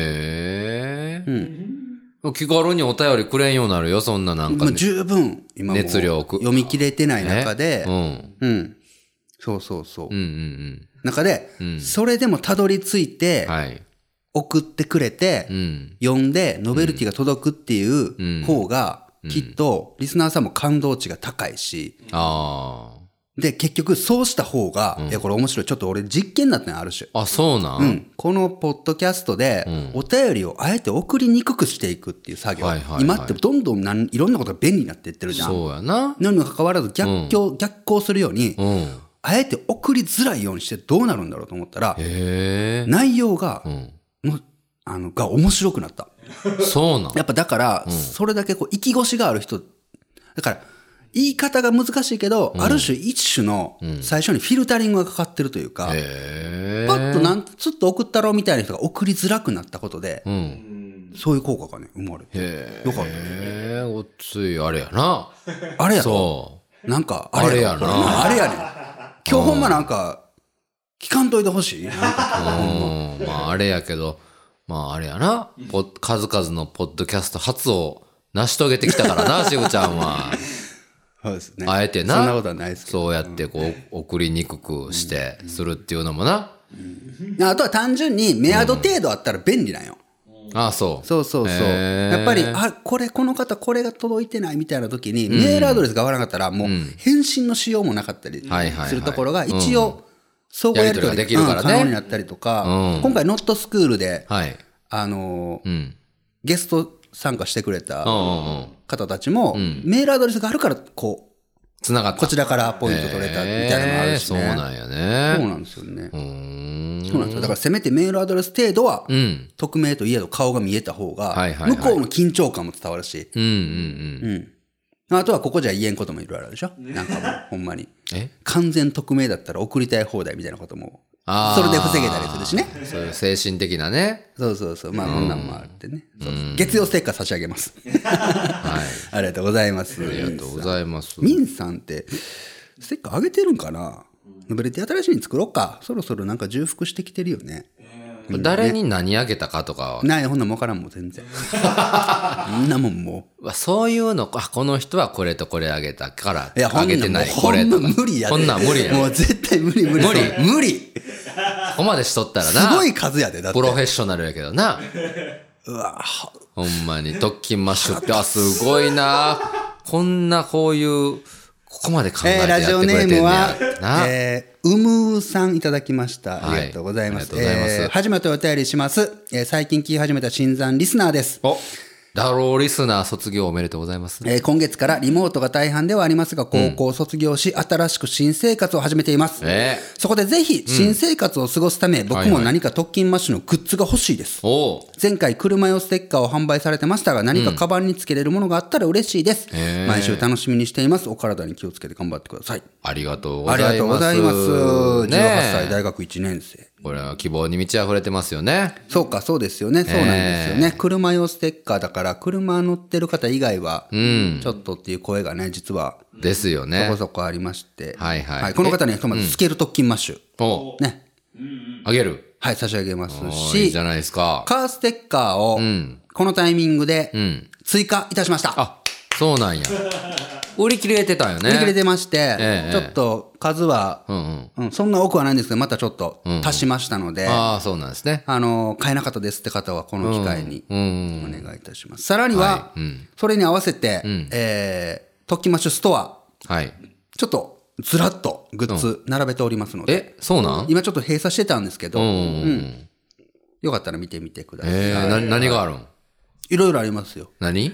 気軽にお便りくれんようになるよ、そんななんか、 十分、今も熱量読み切れてない中で、 そうそうそう。 うんうん中で、 うんそれでもたどり着いてうん。、はい。 送ってくれて、 うん。 読んで、ノベルティが届くっていう方が、きっと、リスナーさんも感動値が高いし、 あで、結局、そうした方が、いや、これ面白い。ちょっと俺実験だったのある種。 あ。あ、そうなん。 このポッドキャストで、お便りをあえて送りにくくしていくっていう作業。 はいはいはい今ってどんどんいろんなことが便利になっていってるじゃん。 そうやな。 なのにもかかわらず逆行するように、 うん。 あえて送りづらいようにしてどうなるんだろうと思ったら、 へえ。 内容が、 うん。 が面白くなった。 そうなん。 やっぱだから、それだけこう、生き腰がある人、だから、言い方が難しいけど、ある種一種の最初にフィルタリングがかかってるというか、 へえ。 パッとつっと送ったろうみたいな人が送りづらくなったことで、 うん。 そういう効果がね、生まれて。 へえ。 よかったへえ。おつい、あれやな。 あれやろそなんか、 あれやなこあれやねん。今日ほんまなんか、聞かんといてほしい。 う。まあ、あれやけど、まあ、あれやな。数々のポッドキャスト初を成し遂げてきたからな、しぐちゃんは。 そうですね。 あえてな。 そんなことはないですけど。 そうやってこう、送りにくくして、するっていうのもな。 あとは単純に、メアド程度あったら便利なんよ。 ああ、そう。 そうそうそう。 へーやっぱり、この方これが届いてないみたいな時に、メールアドレスが合わなかったら、もう返信のしようもなかったりはいはいはいするところが、一応、相互やり取りがやり取りができるからね可能になったりとか、今回ノットスクールで、 はい。うん。 ゲスト参加してくれたうんうんうん。 方たちも、メールアドレスがあるから、こう、 つながった。 こちらからポイント取れたみたいなのもあるしね。 そうなんやね。 そうなんですよね。 うーん。 そうなんですよ。だからせめてメールアドレス程度は、 うん。 匿名といえど顔が見えた方がはいはいはい、 向こうの緊張感も伝わるし、 うんうんあとはここじゃ言えんこともいろいろあるでしょ。なんかもう、ほんまに。 え完全匿名だったら送りたい放題みたいなことも、 あーそれで防げたりするしね。 そういう精神的なね。 そうそうそう。まあ、こんなんもあってね。そうそう月曜ステッカー差し上げます。 はい。 ありがとうございます。 ありがとうございます。 ミンさんって、ステッカーあげてるんかなノベルティ新しいの作ろうか。そろそろなんか重複してきてるよね。 誰に何あげたかとかは、 ない、ほんなんもわからんもん、全然。そんなもんもそういうの、あ、この人はこれとこれあげたから、 う。いや、ほんなんあげてない、 もうほんまこれとか。 無理やで。 こんなん無理や。 もう絶対無理。無理。 ここまでしとったらな。 すごい数やで、だって。 プロフェッショナルやけどな。 うわほんまに、特勤マッシュって、あ、すごいな。こんな、こういう、ここまで考えてやラジオってくれネームはてんねやってな。 うむーさんいただきました。 はいありがとうございます。 ありがとうございます初めてお便りします。最近聞き始めた新参リスナーです。 お、ダローリスナー卒業おめでとうございます。 今月からリモートが大半ではありますが、高校を卒業し、新しく新生活を始めています。そこでぜひ、新生活を過ごすため、僕も何か特勤マッシュのグッズが欲しいです。 お前回、車用ステッカーを販売されてましたが、何かカバンにつけれるものがあったら嬉しいです。毎週楽しみにしています。お体に気をつけて頑張ってください。 ありがとうございます。 ありがとうございます。18 ね歳、大学1年生。 これは希望に満ち溢れてますよね。 そうか、そうですよね。そうなんですよね。車用ステッカーだから、車乗ってる方以外は、ちょっとっていう声がね、実は、 ですよね。 そこそこありまして。 はいはいこの方にはひとまずスケール特勤マッシュ。 おね。 あげる。 はい、差し上げますいいしじ、ゃないですか。 カーステッカーを、このタイミングで、追加いたしました。 あ、そうなんや。売り切れてたよね。 売り切れてまして、 ええちょっと数は、そんな多くはないんですけど、またちょっと足しましたので、 ああ、そうなんですね。 買えなかったですって方はこの機会にお願いいたします。さらには、それに合わせて、特勤マッシュストア、 はい。 ちょっとずらっとグッズ並べておりますので、 え、そうなん今ちょっと閉鎖してたんですけど、よかったら見てみてください。 何があるんいろいろありますよ。 何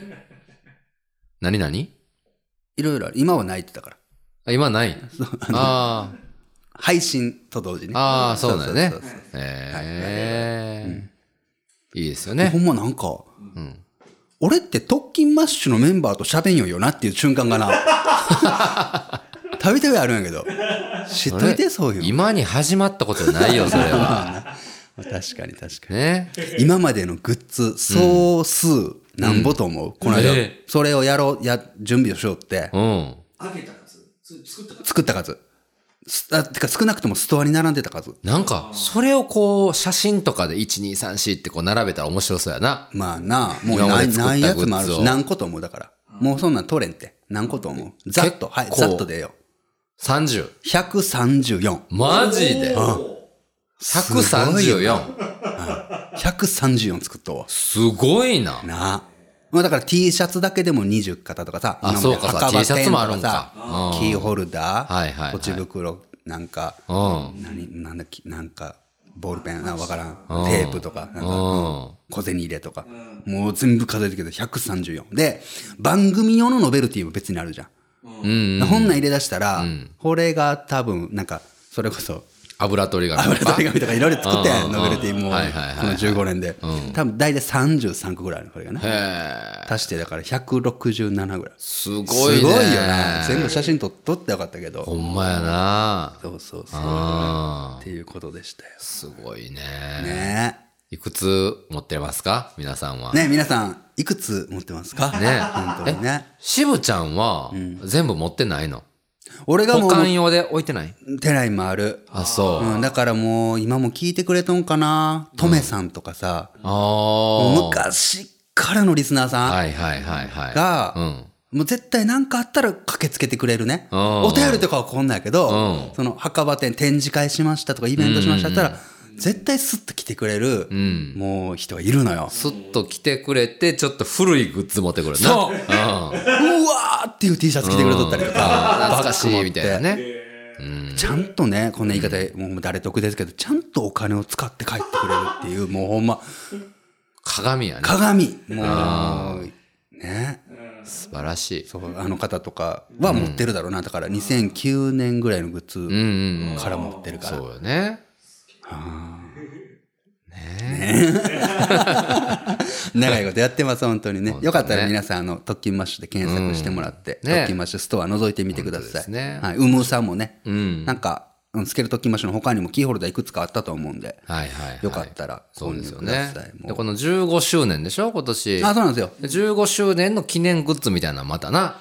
いろいろある。今はないって言ったから。 あ今ないあ配信と同時に。 あー、そうだよねそうそうそう。 いいですよねほ。んまなんか、俺って特勤マッシュのメンバーと喋んよなっていう瞬間がな。たびたびあるんやけど。知っといて、そういうの。 今に始まったことじゃないよ、それは。 確かに確かに。 ね。 今までのグッズ、総数、なんぼと思う、この間、それを準備をしようって、 あげた数作った数。てか少なくともストアに並んでた数。 なんか、それをこう、写真とかで1、2、3、4ってこう並べたら面白そうやな。 まあな、もう今まで作ったないやつもあるし、 グッズを何個と思うだから。もうそんなん取れんって。何個と思う。ざっと、はい、ざっとでよ。 30。 134。 マジで ?134。 134作ったわ。 すごいな。 な。まあだから T シャツだけでも20型とかさ。 あ、そうかさ、T シャツもあるんか。 キーホルダー、 はいはいはい、 ポチ袋、なんか、なんだっけ、なんか、ボールペン、わからん。テープとか、なんか、小銭入れとか。もう全部数えてるけど、134。で、番組用のノベルティも別にあるじゃん。本内入れ出したら、これが多分、なんか、それこそ、 油取り紙とかいろいろ作ってんノベルティもう、この15年で。多分大体33個ぐらいある、これがね。足して、だから167ぐらい。 すごいね。 すごいよな。全部写真撮ってよかったけど。 ほんまやな。 そうそうそう。っていうことでしたよ。 すごいね。 ねいくつ持ってますか皆さんは。 ね、皆さん、いくつ持ってますかね。 本当にね。 渋ちゃんは、全部持ってないの？ 俺がもう、 保管用で置いてない？ テライもある。 あ、そう。 だからもう、今も聞いてくれとんかな。トメさんとかさ、昔からのリスナーさんが、もう絶対何かあったら駆けつけてくれるね。お便りとかはこんなんやけど、その墓場展展示会しましたとかイベントしましたったら、絶対スッと来てくれる、もう人がいるのよ。 スッと来てくれて、ちょっと古いグッズ持ってくるな。 そう。うわーっていう T シャツ着てくれとったりとか。 懐かしいみたいなね。 ちゃんとね、こんな言い方、もう誰得ですけど、ちゃんとお金を使って帰ってくれるっていう、もうほんま。 鏡やね。 鏡。もう、ね。 素晴らしい。 そう、あの方とかは持ってるだろうな。だから2009年ぐらいのグッズから持ってるから。 そうよね。 長いことやってます、本当にね。よかったら皆さん、特勤マッシュで検索してもらって、特勤マッシュストア覗いてみてください。はい。うむさんもね、なんか、スケル特勤マッシュの他にもキーホルダーいくつかあったと思うんで、よかったら購入ください。 で、この15周年でしょ今年。 あ、そうなんですよ。 15周年の記念グッズみたいなのまたな、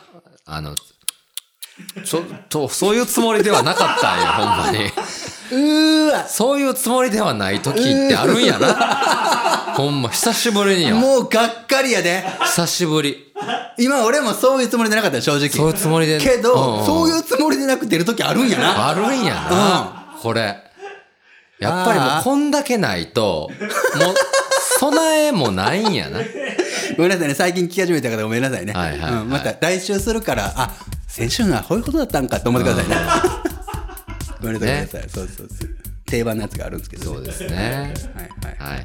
そういうつもりではなかったんよ、ほんまに。そういうつもりではない時ってあるんやな。ほんま、久しぶりによ。 もうがっかりやで。 久しぶり。 今俺もそういうつもりでなかったよ、正直。 そういうつもりで。 けど、そういうつもりでなく出る時あるんやな。 あるんやな。これ。やっぱりもうこんだけないと、もう、備えもないんやな。 ごめんなさいね、最近聞き始めた方ごめんなさいね。また来週するから、あ、先週がこういうことだったんかって思ってくださいね。ごめんなさい。そうそうそう。定番のやつがあるんですけど。 そうですね。はいはい。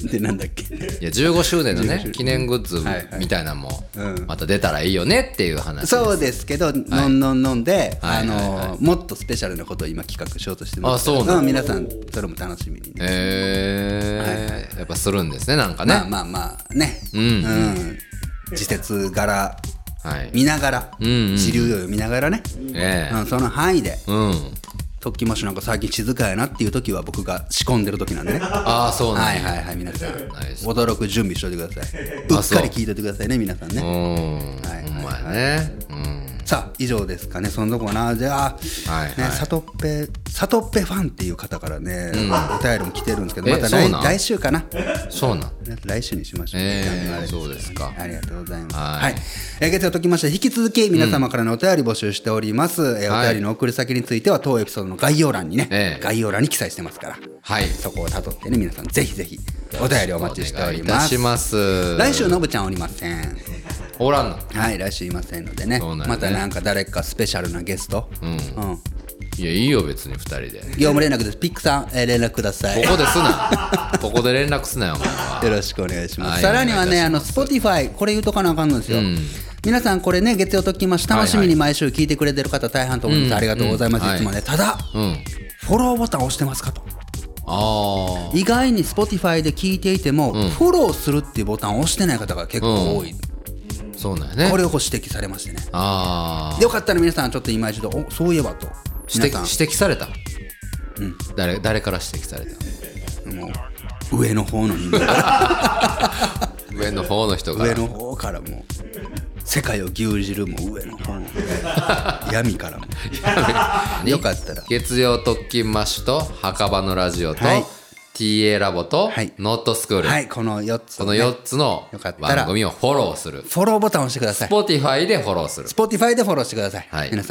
で、なんだっけ。いや、15周年のね、記念グッズみたいなのも、また出たらいいよねっていう話です。 そうですけど、のんで、もっとスペシャルなことを今企画しようとしてます。 あ、そうなの？ 皆さん、それも楽しみにね。やっぱするんですね、なんかね。 まあね。時節柄見ながら、支流を見ながらね、その範囲で、特勤マッシュなんか最近静かやなっていう時は僕が仕込んでる時なんでね。 ああ、そうなんや。 はい、皆さん驚く準備しといてください。うっかり聞いといてくださいね、皆さんね。 ほんまやね。 さあ以上ですかね。そのとこな。じゃあサトッペファンっていう方からね、お便りも来てるんですけど、また来週かな。 そうなん。 来週にしましょう。 そうですか。 ありがとうございます。はい。月曜ときまして引き続き皆様からのお便り募集しております。お便りの送り先については当エピソードの概要欄にね、概要欄に記載してますから、そこをたどってね、皆さんぜひぜひお便りお待ちしております。来週のぶちゃんおりません。 おらんの？ はい、来週いませんのでね。またなんか誰かスペシャルなゲスト。 いや、いいよ別に2人で。 業務連絡です。ピックさん、連絡ください。 ここですな。ここで連絡すなよ、お前は。 よろしくお願いします。さらにはね、Spotify、これ言うとかなあかんのですよ。皆さんこれね、月曜ときまして楽しみに毎週聞いてくれてる方大半と思います。ありがとうございます。いつもね。ただ、フォローボタン押してますかと。意外に Spotify で聞いていても、フォローするっていうボタンを押してない方が結構多い。 そうなんやね。 これを指摘されましてね。よかったら皆さんちょっと今一度、そういえばと。 指摘された。誰から指摘された？ もう上の方の人間。 上の方の人から。 上の方からも世界を牛耳るも上の方の闇からも。よかったら。 月曜特勤マッシュと墓場のラジオと。TA ラボとノットスクール、 この4つ、 この4つの番組をフォローする。 フォローボタンを押してください。 Spotify でフォローする。 Spotify でフォローしてください。皆さん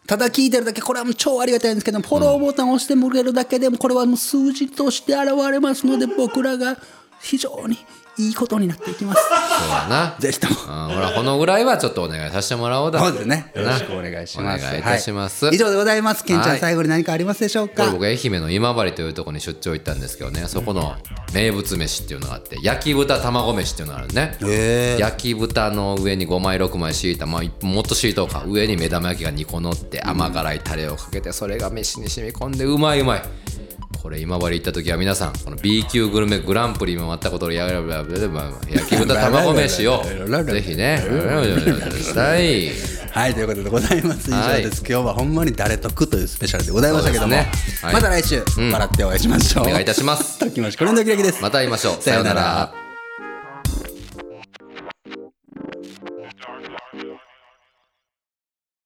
ただ聞いてるだけ、これはもう超ありがたいんですけど、フォローボタンを押してもらえるだけでも、これはもう数字として現れますので、僕らが非常にいいことになっていきます。 そうだな。 ぜひとも。 ほら、このぐらいはちょっとお願いさせてもらおうだ。 そうですね。よろしくお願いします。 お願いいたします。 以上でございます。ケンちゃん、最後に何かありますでしょうか。 これ僕、愛媛の今治というところに出張行ったんですけどね、そこの名物飯っていうのがあって、焼き豚卵飯っていうのがあるね。焼き豚の上に5枚6枚敷いた、もっと敷いとうか、上に目玉焼きが2個乗って甘辛いタレをかけて、それが飯に染み込んでうまいうまい。これ今治行った時は皆さん、この B 級グルメグランプリもあったことで焼き豚卵飯をぜひねしたい。 はい、ということでございます。以上です。今日はほんまに誰得というスペシャルでございましたけども、また来週笑ってお会いしましょう。 お願いいたします。 ときましこれのドキドキです。 また会いましょう。さようなら。